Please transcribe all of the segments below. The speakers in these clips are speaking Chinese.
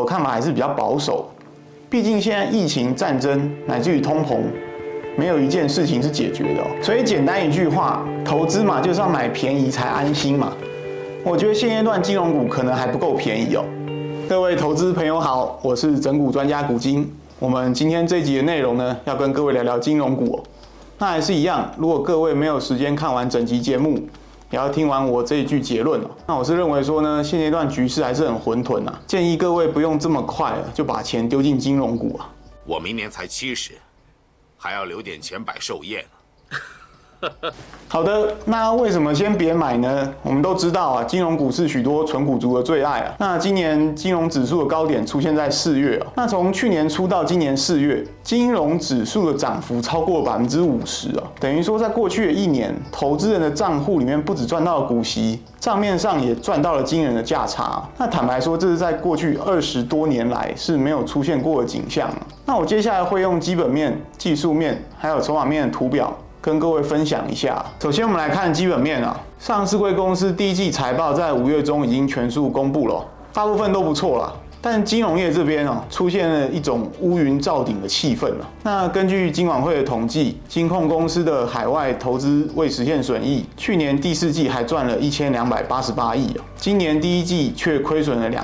看法还是比较保守，毕竟现在疫情、战争乃至于通膨，没有一件事情是解决的所以简单一句话，投资嘛就是要买便宜才安心嘛。我觉得现阶段金融股可能还不够便宜各位投资朋友好，我是整股专家古今。我们今天这集的内容呢，要跟各位聊聊金融股那还是一样，如果各位没有时间看完整集节目，也要听完我这一句结论那我是认为说呢，现阶段局势还是很混沌建议各位不用这么快就把钱丢进金融股我明年才70，还要留点钱摆寿宴好的，那为什么先别买呢？我们都知道金融股是许多纯股族的最爱那今年金融指数的高点出现在4月那从去年初到今年4月，金融指数的涨幅超过50%等于说在过去的1年，投资人的账户里面不只赚到了股息，账面上也赚到了惊人的价差那坦白说，这是在过去20多年来是没有出现过的景象那我接下来会用基本面、技术面还有筹码面的图表跟各位分享一下。首先我们来看基本面上市柜公司第一季财报在5月中已经全数公布了大部分都不错啦。但金融业这边出现了一种乌云罩顶的气氛那根据金管会的统计，金控公司的海外投资未实现损益，去年第4季还赚了1288亿今年第一季却亏损了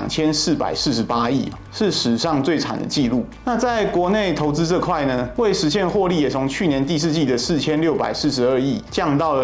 2448亿是史上最惨的记录。那在国内投资这块呢，未实现获利也从去年第4季的4642亿降到了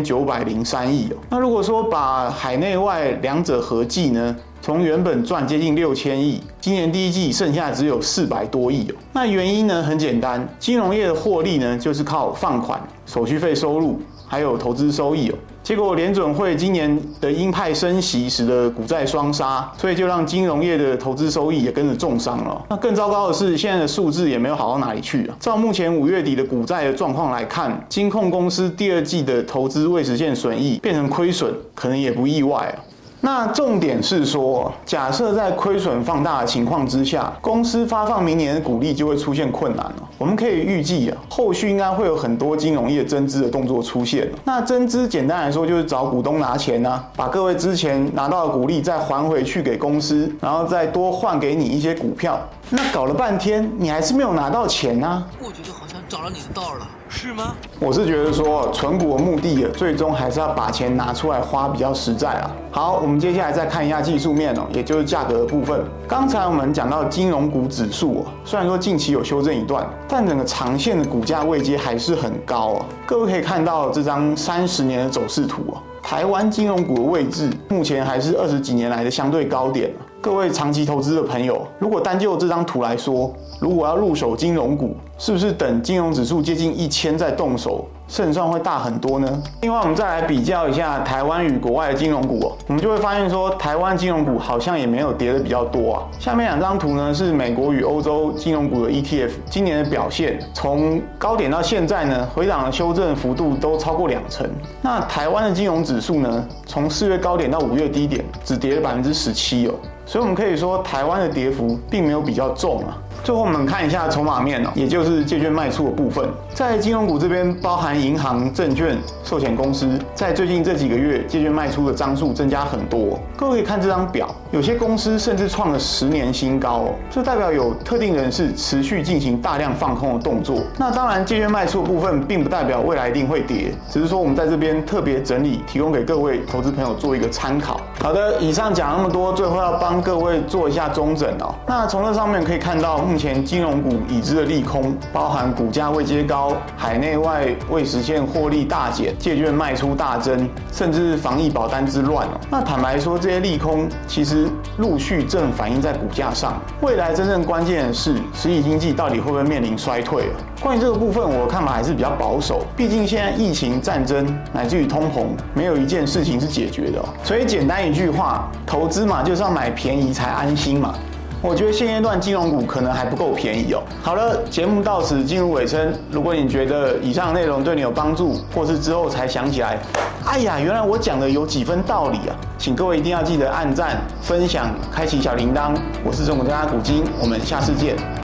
2903亿那如果说把海内外两者合计呢，从原本赚接近6000亿，今年第一季剩下只有400多亿那原因呢很简单，金融业的获利呢就是靠放款、手续费收入还有投资收益结果联准会今年的鹰派升息使得股债双杀，所以就让金融业的投资收益也跟着重伤了那更糟糕的是，现在的数字也没有好到哪里去照目前5月底的股债的状况来看，金控公司第2季的投资未实现损益变成亏损，可能也不意外那重点是说，假设在亏损放大的情况之下，公司发放明年的股利就会出现困难我们可以预计后续应该会有很多金融业增资的动作出现那增资简单来说就是找股东拿钱把各位之前拿到的股利再还回去给公司，然后再多换给你一些股票。那搞了半天，你还是没有拿到钱我觉得好像找了你的道了，是吗？ 我是觉得说，存股的目的最终还是要把钱拿出来花比较实在好，我们接下来再看一下技术面也就是价格的部分。刚才我们讲到金融股指数虽然说近期有修正一段，但整个长线的股价位阶还是很高各位可以看到这张30年的走势图台湾金融股的位置目前还是20几年来的相对高点各位长期投资的朋友，如果单就这张图来说，如果要入手金融股，是不是等金融指数接近1000再动手，胜算会大很多呢？另外我们再来比较一下台湾与国外的金融股我们就会发现说，台湾金融股好像也没有跌的比较多下面2张图呢是美国与欧洲金融股的 ETF 今年的表现，从高点到现在呢，回档的修正幅度都超过2成。那台湾的金融指数呢，从4月高点到5月低点只跌了17%所以我们可以说台湾的跌幅并没有比较重最后我们看一下筹码面也就是借券卖出的部分。在金融股这边，包含银行、证券、寿险公司，在最近这几个月借券卖出的张数增加很多各位可以看这张表，有些公司甚至创了10年新高这代表有特定人士持续进行大量放空的动作。那当然借券卖出的部分并不代表未来一定会跌，只是说我们在这边特别整理，提供给各位投资朋友做一个参考。好的，以上讲那么多，最后要帮各位做一下中整那从这上面可以看到，目前金融股已知的利空，包含股价未接高、海内外未实现获利大减、借券卖出大增，甚至防疫保单之乱那坦白说，这些利空其实陆续正反映在股价上。未来真正关键的是，实体经济到底会不会面临衰退关于这个部分，我的看法还是比较保守，毕竟现在疫情、战争乃至于通膨，没有一件事情是解决的所以简单一句话，投资嘛就是要买便宜才安心嘛。我觉得现阶段金融股可能还不够便宜好了，节目到此进入尾声。如果你觉得以上内容对你有帮助，或是之后才想起来，哎呀，原来我讲的有几分道理请各位一定要记得按赞、分享、开启小铃铛。我是中国专家古今，我们下次见。